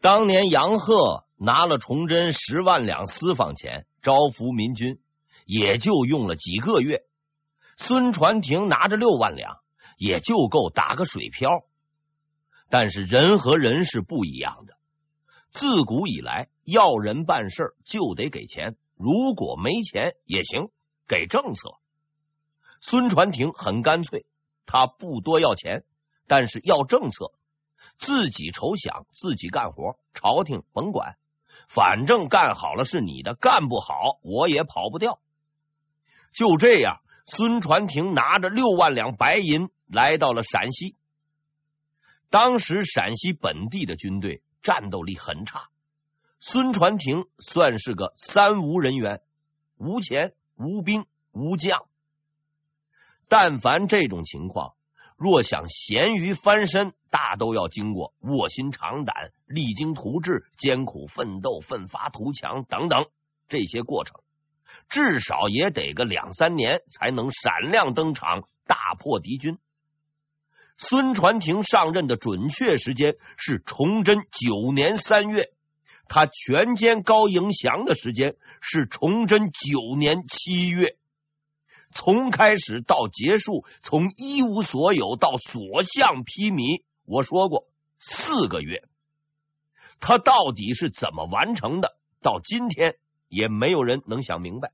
当年杨鹤拿了崇祯10万两私房钱招抚民军，也就用了几个月。孙传庭拿着6万两，也就够打个水漂。但是人和人是不一样的，自古以来要人办事就得给钱，如果没钱也行，给政策。孙传庭很干脆，他不多要钱，但是要政策，自己筹饷，自己干活，朝廷甭管，反正干好了是你的，干不好我也跑不掉。就这样，孙传庭拿着6万两白银来到了陕西。当时陕西本地的军队战斗力很差，孙传庭算是个3无人员，无钱、无兵、无将。但凡这种情况，若想咸鱼翻身，大都要经过卧薪尝胆、励精图治、艰苦奋斗、奋发图强等等这些过程，至少也得个2、3年才能闪亮登场，大破敌军。孙传庭上任的准确时间是崇祯9年3月，他全歼高迎祥的时间是崇祯9年7月。从开始到结束，从一无所有到所向披靡，我说过4个月。他到底是怎么完成的，到今天也没有人能想明白。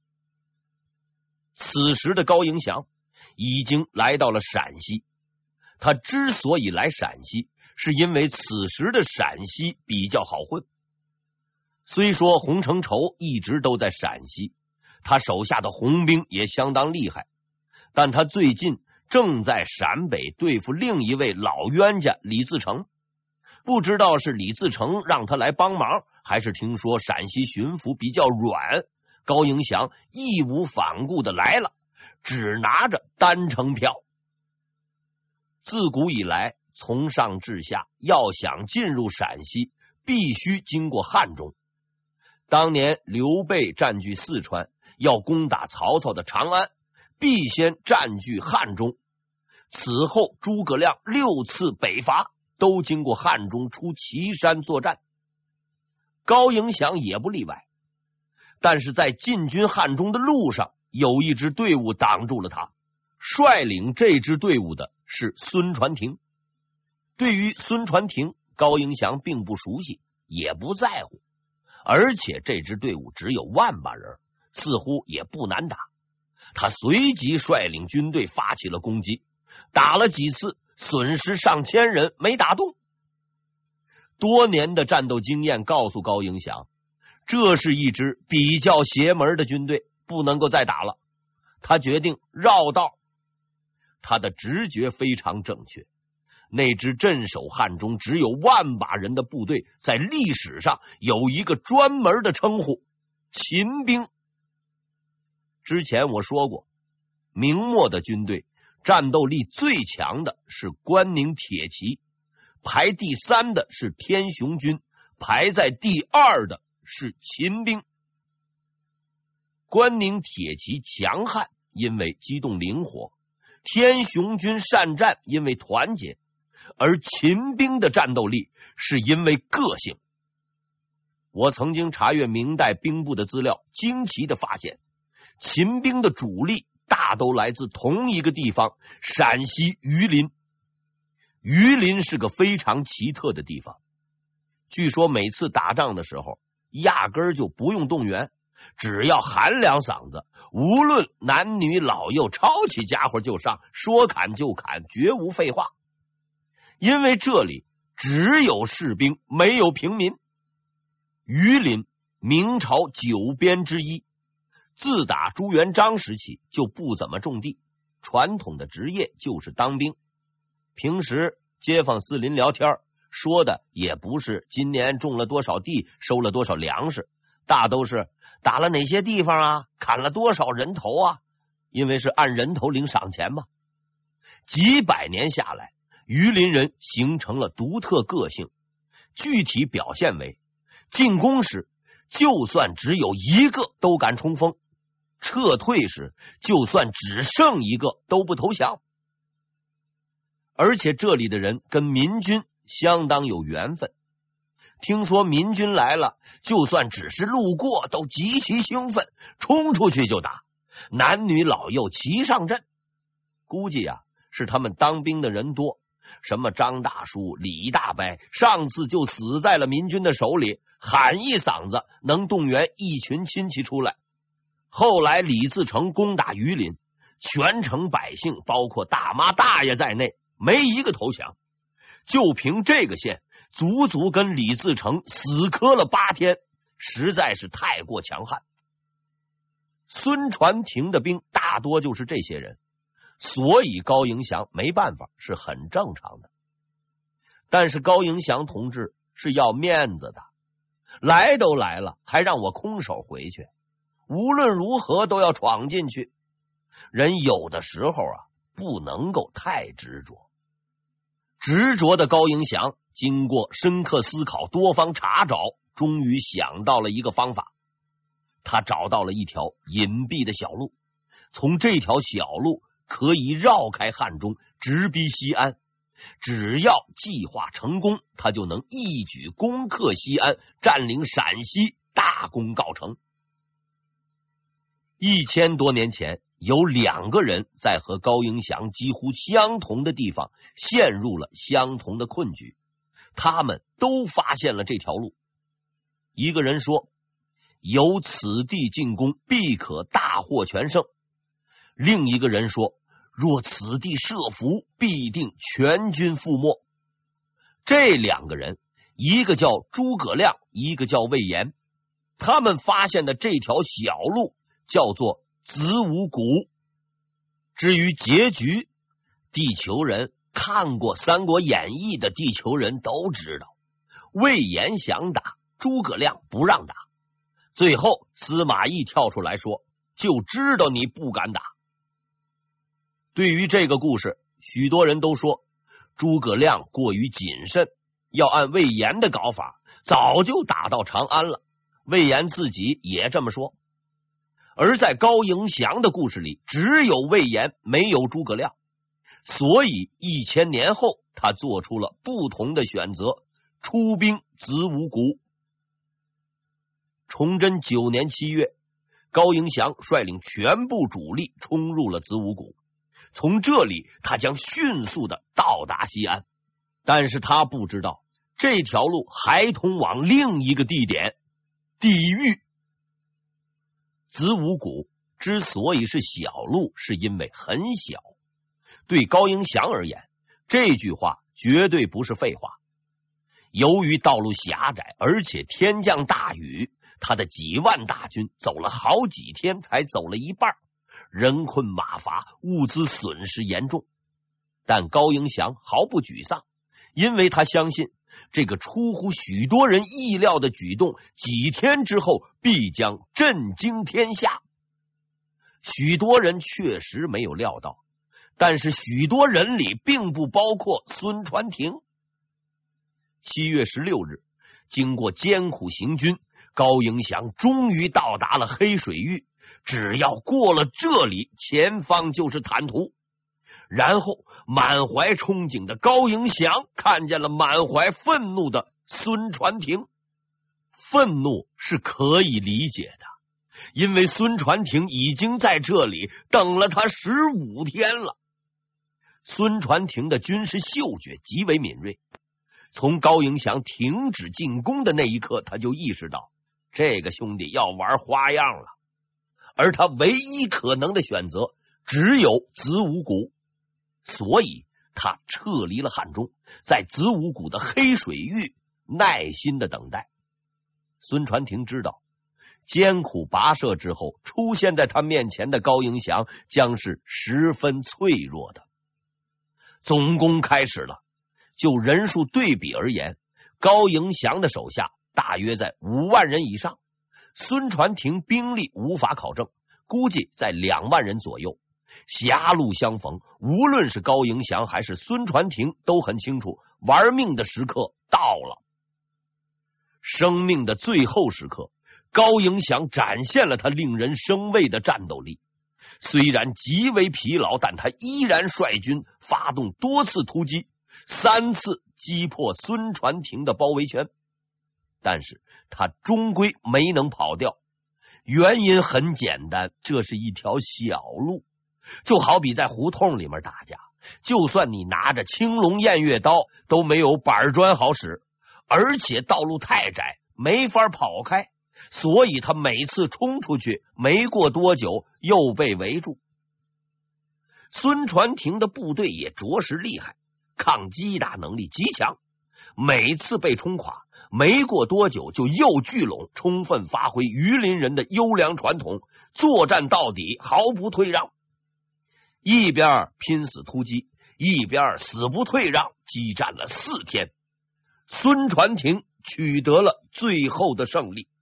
此时的高迎祥已经来到了陕西，他之所以来陕西，是因为此时的陕西比较好混。虽说洪承畴一直都在陕西，他手下的红兵也相当厉害，但他最近正在陕北对付另一位老冤家李自成。不知道是李自成让他来帮忙，还是听说陕西巡抚比较软，高迎祥义无反顾的来了，只拿着单程票。自古以来，从上至下要想进入陕西，必须经过汉中。当年刘备占据四川，要攻打曹操的长安，必先占据汉中。此后诸葛亮6次北伐，都经过汉中出祁山作战，高迎祥也不例外。但是在进军汉中的路上，有一支队伍挡住了他，率领这支队伍的是孙传庭。对于孙传庭，高迎祥并不熟悉，也不在乎，而且这支队伍只有1把人，似乎也不难打。他随即率领军队发起了攻击，打了几次，损失上千人，没打动。多年的战斗经验告诉高迎祥，这是一支比较邪门的军队，不能够再打了。他决定绕道。他的直觉非常正确，那支镇守汉中只有1把人的部队，在历史上有一个专门的称呼——秦兵。之前我说过，明末的军队战斗力最强的是关宁铁骑，排第3的是天雄军，排在第2的是秦兵。关宁铁骑强悍，因为机动灵活；天雄军善战，因为团结；而秦兵的战斗力是因为个性。我曾经查阅明代兵部的资料，惊奇的发现，秦兵的主力大都来自同一个地方——陕西榆林。榆林是个非常奇特的地方，据说每次打仗的时候，压根儿就不用动员，只要喊2嗓子，无论男女老幼，抄起家伙就上，说砍就砍，绝无废话。因为这里只有士兵，没有平民。榆林明朝9边之一，自打朱元璋时起就不怎么种地，传统的职业就是当兵。平时街坊四邻聊天，说的也不是今年种了多少地，收了多少粮食，大都是打了哪些地方啊，砍了多少人头啊，因为是按人头领赏钱嘛。几百年下来，榆林人形成了独特个性，具体表现为：进攻时就算只有1个都敢冲锋，撤退时就算只剩1个都不投降。而且这里的人跟民军相当有缘分， 听说民军来了，就算只是路过都极其兴奋，冲出去就打，男女老幼齐上阵。估计是他们当兵的人多，什么张大叔、李大伯上次就死在了民军的手里，喊一嗓子能动员一群亲戚出来。后来李自成攻打榆林，全城百姓包括大妈大爷在内没一个投降，就凭这个线足足跟李自成死磕了8天，实在是太过强悍。孙传庭的兵大多就是这些人，所以高迎祥没办法是很正常的。但是高迎祥同志是要面子的，来都来了还让我空手回去，无论如何都要闯进去。人有的时候不能够太执着。执着的高迎祥经过深刻思考，多方查找，终于想到了一个方法。他找到了一条隐蔽的小路，从这条小路可以绕开汉中，直逼西安。只要计划成功，他就能一举攻克西安，占领陕西，大功告成。1000多年前，有2个人在和高迎祥几乎相同的地方陷入了相同的困局，他们都发现了这条路。一个人说，由此地进攻必可大获全胜。另一个人说，若此地设伏，必定全军覆没。这2个人，一个叫诸葛亮，一个叫魏延，他们发现的这条小路叫做子午谷。至于结局，地球人看过《三国演义》的地球人都知道，魏延想打，诸葛亮不让打，最后司马懿跳出来说，就知道你不敢打。对于这个故事，许多人都说诸葛亮过于谨慎，要按魏延的搞法，早就打到长安了。魏延自己也这么说。而在高迎祥的故事里，只有魏延，没有诸葛亮，所以1000年后他做出了不同的选择，出兵子午谷。崇祯9年7月，高迎祥率领全部主力冲入了子午谷，从这里他将迅速的到达西安。但是他不知道，这条路还通往另一个地点——地狱。子午谷之所以是小路，是因为很小。对高迎祥而言，这句话绝对不是废话。由于道路狭窄，而且天降大雨，他的几万大军走了好几天才走了一半，人困马乏，物资损失严重。但高迎祥毫不沮丧，因为他相信这个出乎许多人意料的举动，几天之后必将震惊天下。许多人确实没有料到，但是许多人里并不包括孙传庭。7月16日，经过艰苦行军，高迎祥终于到达了黑水峪，只要过了这里，前方就是坦途。然后满怀憧憬的高迎祥看见了满怀愤怒的孙传庭。愤怒是可以理解的，因为孙传庭已经在这里等了他15天了。孙传庭的军事嗅觉极为敏锐，从高迎祥停止进攻的那一刻，他就意识到这个兄弟要玩花样了，而他唯一可能的选择只有子午谷，所以他撤离了汉中，在子午谷的黑水峪耐心的等待。孙传庭知道，艰苦跋涉之后出现在他面前的高迎祥将是十分脆弱的。总攻开始了，就人数对比而言，高迎祥的手下大约在5万人以上，孙传庭兵力无法考证，估计在2万人左右。狭路相逢，无论是高迎祥还是孙传庭都很清楚，玩命的时刻到了。生命的最后时刻，高迎祥展现了他令人生畏的战斗力。虽然极为疲劳，但他依然率军发动多次突击，3次击破孙传庭的包围圈。 但是他终归没能跑掉。原因很简单，这是一条小路，就好比在胡同里面打架，就算你拿着青龙偃月刀都没有板砖好使，而且道路太窄，没法跑开，所以他每次冲出去没过多久又被围住。孙传庭的部队也着实厉害，抗击打能力极强，每次被冲垮没过多久就又聚拢，充分发挥榆林人的优良传统，作战到底，毫不退让。一边拼死突击，一边死不退让，激战了4天，孙传庭取得了最后的胜利。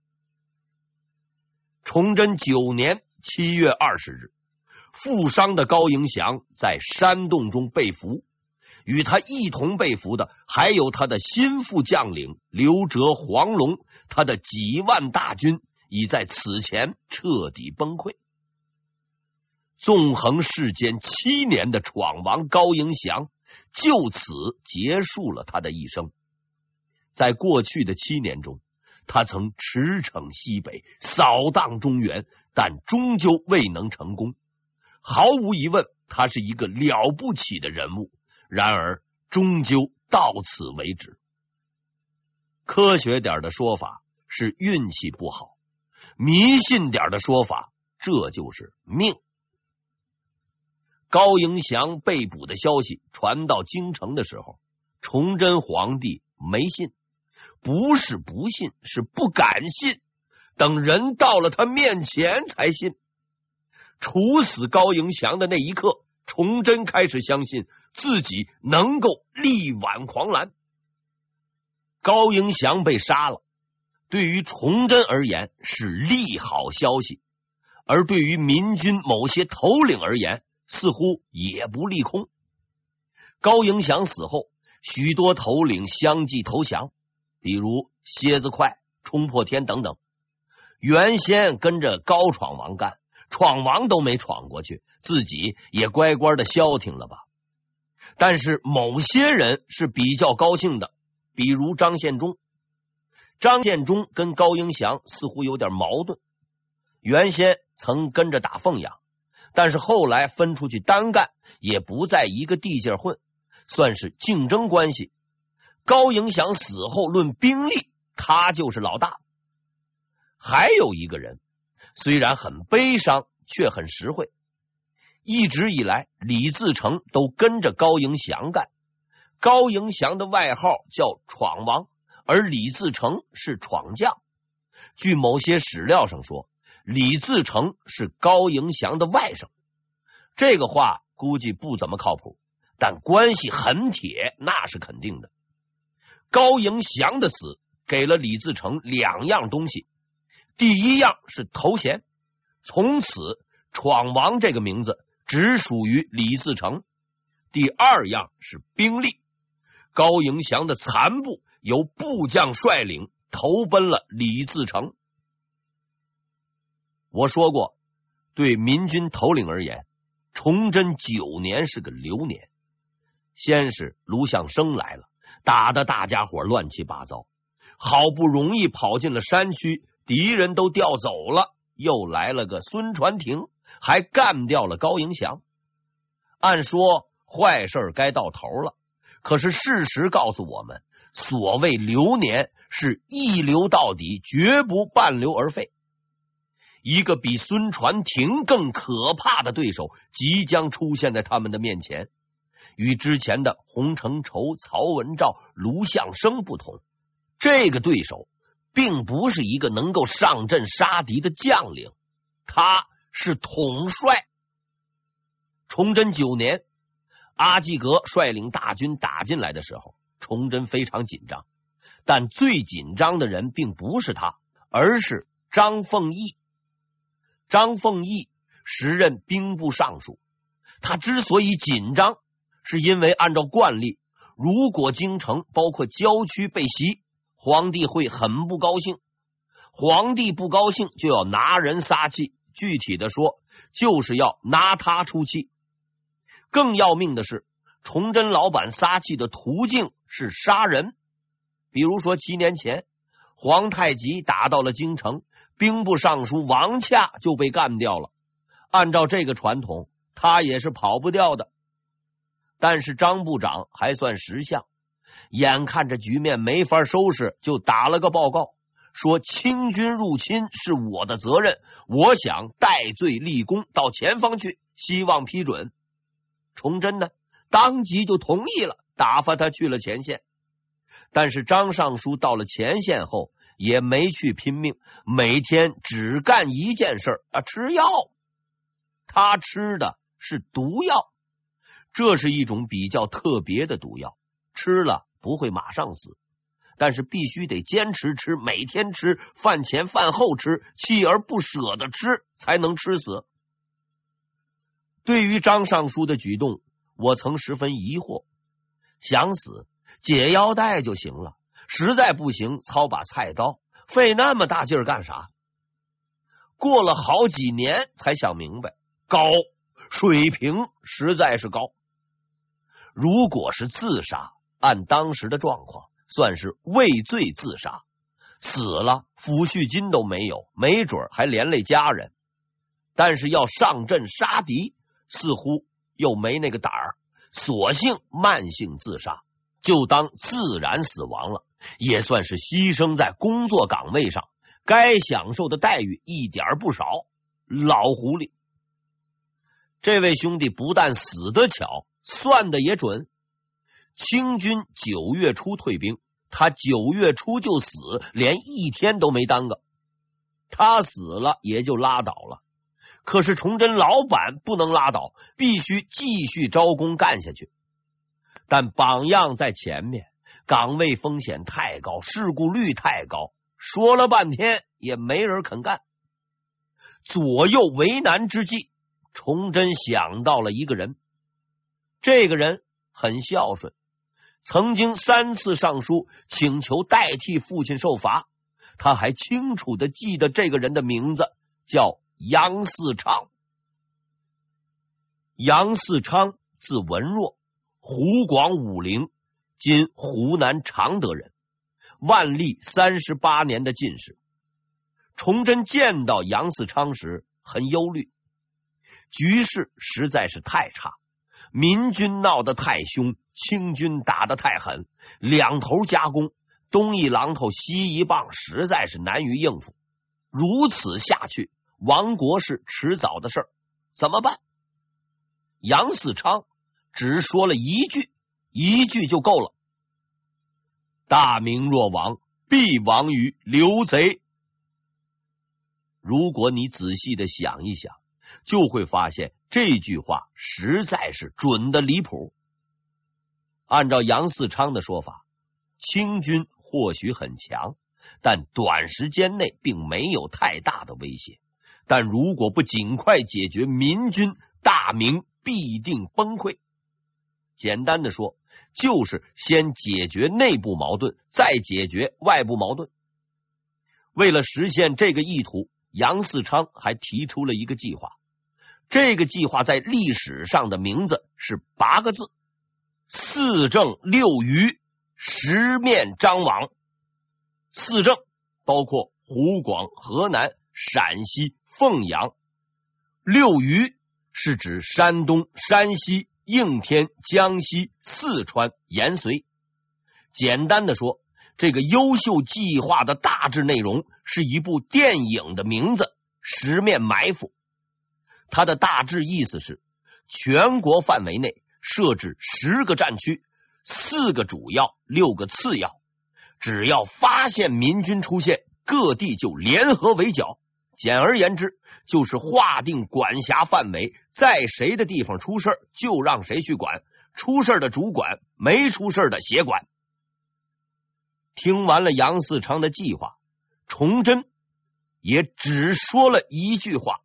崇祯9年7月20日，负伤的高迎祥在山洞中被俘，与他一同被俘的还有他的心腹将领刘哲、黄龙，他的几万大军已在此前彻底崩溃。纵横世间7年的闯王高迎祥就此结束了他的一生。在过去的7年中，他曾驰骋西北，扫荡中原，但终究未能成功。毫无疑问，他是一个了不起的人物，然而终究到此为止。科学点的说法是运气不好，迷信点的说法，这就是命。高迎祥被捕的消息传到京城的时候，崇祯皇帝没信，不是不信，是不敢信，等人到了他面前才信。处死高迎祥的那一刻，崇祯开始相信自己能够力挽狂澜。高迎祥被杀了，对于崇祯而言是利好消息，而对于民军某些头领而言似乎也不利空。高迎祥死后，许多头领相继投降，比如蝎子快、冲破天等等。原先跟着高闯王干，闯王都没闯过去，自己也乖乖的消停了吧。但是某些人是比较高兴的，比如张献忠。张献忠跟高迎祥似乎有点矛盾，原先曾跟着打凤阳，但是后来分出去单干，也不在一个地界混，算是竞争关系。高迎祥死后论兵力，他就是老大。还有一个人虽然很悲伤，却很实惠。一直以来，李自成都跟着高迎祥干。高迎祥的外号叫闯王，而李自成是闯将。据某些史料上说，李自成是高迎祥的外甥。这个话估计不怎么靠谱，但关系很铁，那是肯定的。高迎祥的死给了李自成2样东西，第一样是头衔，从此闯王这个名字只属于李自成。第2样是兵力，高迎祥的残部由部将率领投奔了李自成。我说过，对民军头领而言，崇祯9年是个流年。先是卢象升来了，打得大家伙乱七八糟，好不容易跑进了山区，敌人都调走了，又来了个孙传庭，还干掉了高迎祥。按说坏事该到头了，可是事实告诉我们，所谓流年是一流到底，绝不半流而废。一个比孙传庭更可怕的对手即将出现在他们的面前。与之前的洪承畴、曹文照、卢象升不同，这个对手并不是一个能够上阵杀敌的将领，他是统帅。崇祯9年，阿济格率领大军打进来的时候，崇祯非常紧张，但最紧张的人并不是他，而是张凤义。张凤义时任兵部尚书，他之所以紧张，是因为按照惯例，如果京城包括郊区被袭，皇帝会很不高兴。皇帝不高兴就要拿人撒气，具体的说，就是要拿他出气。更要命的是，崇祯老板撒气的途径是杀人。比如说7年前， 皇太极打到了京城，兵部尚书王洽就被干掉了。按照这个传统，他也是跑不掉的。但是张部长还算识相，眼看着局面没法收拾，就打了个报告，说清军入侵是我的责任，我想戴罪立功，到前方去，希望批准。崇祯呢，当即就同意了，打发他去了前线。但是张尚书到了前线后也没去拼命，每天只干一件事吃药。他吃的是毒药，这是一种比较特别的毒药，吃了不会马上死，但是必须得坚持吃，每天吃，饭前饭后吃，锲而不舍的吃，才能吃死。对于张尚书的举动，我曾十分疑惑，想死解腰带就行了，实在不行操把菜刀，费那么大劲儿干啥？过了好几年才想明白，高，水平实在是高。如果是自杀，按当时的状况算是畏罪自杀，死了抚恤金都没有，没准还连累家人。但是要上阵杀敌，似乎又没那个胆儿，索性慢性自杀，就当自然死亡了，也算是牺牲在工作岗位上，该享受的待遇一点不少。老狐狸，这位兄弟不但死得巧，算的也准。清军9月初退兵，他9月初就死，连一天都没耽搁。他死了也就拉倒了，可是崇祯老板不能拉倒，必须继续招工干下去。但榜样在前面，岗位风险太高，事故率太高，说了半天也没人肯干。左右为难之际，崇祯想到了一个人。这个人很孝顺，曾经3次上书请求代替父亲受罚，他还清楚地记得这个人的名字，叫杨嗣昌。杨嗣昌字文若，湖广武陵（今湖南常德人），万历38年的进士。崇祯见到杨嗣昌时很忧虑，局势实在是太差，民军闹得太凶，清军打得太狠，两头夹攻，东一榔头西一棒，实在是难于应付。如此下去，亡国是迟早的事儿，怎么办？杨嗣昌只说了一句就够了：大明若亡，必亡于刘贼。如果你仔细的想一想，就会发现这句话实在是准的离谱。按照杨嗣昌的说法，清军或许很强，但短时间内并没有太大的威胁，但如果不尽快解决民军，大明必定崩溃。简单的说，就是先解决内部矛盾，再解决外部矛盾。为了实现这个意图，杨嗣昌还提出了一个计划。这个计划在历史上的名字是8个字：4正6渝10面张网。4正包括湖广、河南、陕西、凤阳；6渝是指山东、山西、应天、江西、四川、延绥。简单的说，这个优秀计划的大致内容是一部电影的名字《十面埋伏》。它的大致意思是，全国范围内设置10个战区，4个主要，6个次要，只要发现民军出现，各地就联合围剿。简而言之，就是划定管辖范围，在谁的地方出事就让谁去管，出事的主管，没出事的协管。听完了杨嗣昌的计划，崇祯也只说了一句话：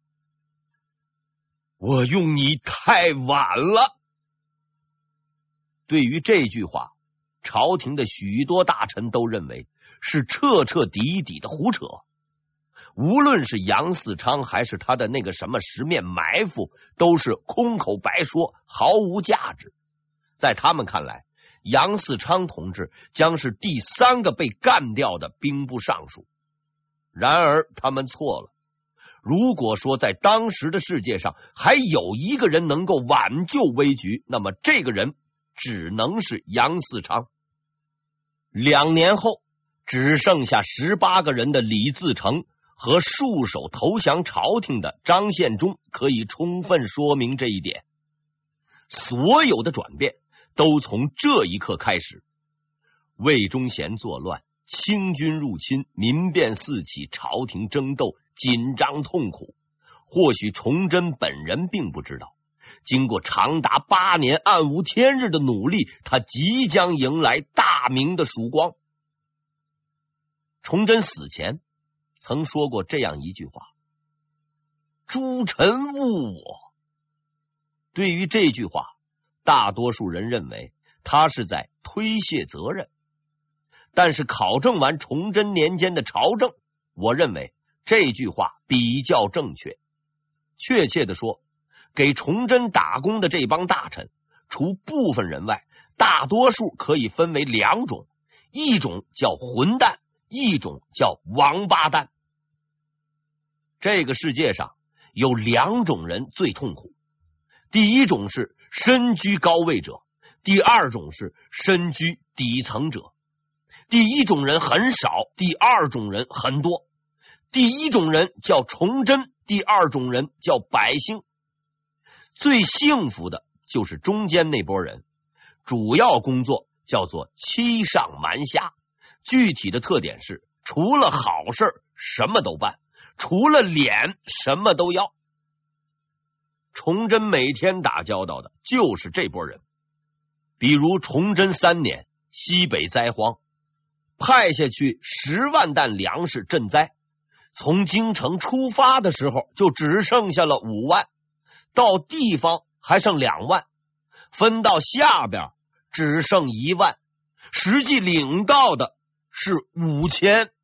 我用你太晚了。对于这句话，朝廷的许多大臣都认为是彻彻底底的胡扯。无论是杨嗣昌还是他的那个什么10面埋伏，都是空口白说，毫无价值。在他们看来， 杨嗣昌同志将是第3个被干掉的兵部尚书。然而他们错了，如果说在当时的世界上还有一个人能够挽救危局，那么这个人只能是杨嗣昌。2年后，只剩下18个人的李自成和束手投降朝廷的张献忠可以充分说明这一点。所有的转变都从这一刻开始。魏忠贤作乱，清军入侵，民变四起，朝廷争斗，紧张痛苦。或许崇祯本人并不知道，经过长达8年暗无天日的努力，他即将迎来大明的曙光。崇祯死前曾说过这样一句话：诸臣误我。对于这句话，大多数人认为他是在推卸责任，但是考证完崇祯年间的朝政，我认为这句话比较正确。确切的说，给崇祯打工的这帮大臣，除部分人外，大多数可以分为2种，一种叫混蛋，一种叫王八蛋。这个世界上有2种人最痛苦，第一种是身居高位者，第2种是身居底层者。第一种人很少，第2种人很多。第一种人叫崇祯，第2种人叫百姓。最幸福的就是中间那波人，主要工作叫做欺上瞒下，具体的特点是除了好事什么都办，除了脸什么都要。崇祯每天打交道的就是这波人。比如崇祯3年西北灾荒，派下去10万担粮食赈灾，从京城出发的时候就只剩下了5万，到地方还剩2万，分到下边只剩1万，实际领到的是5000。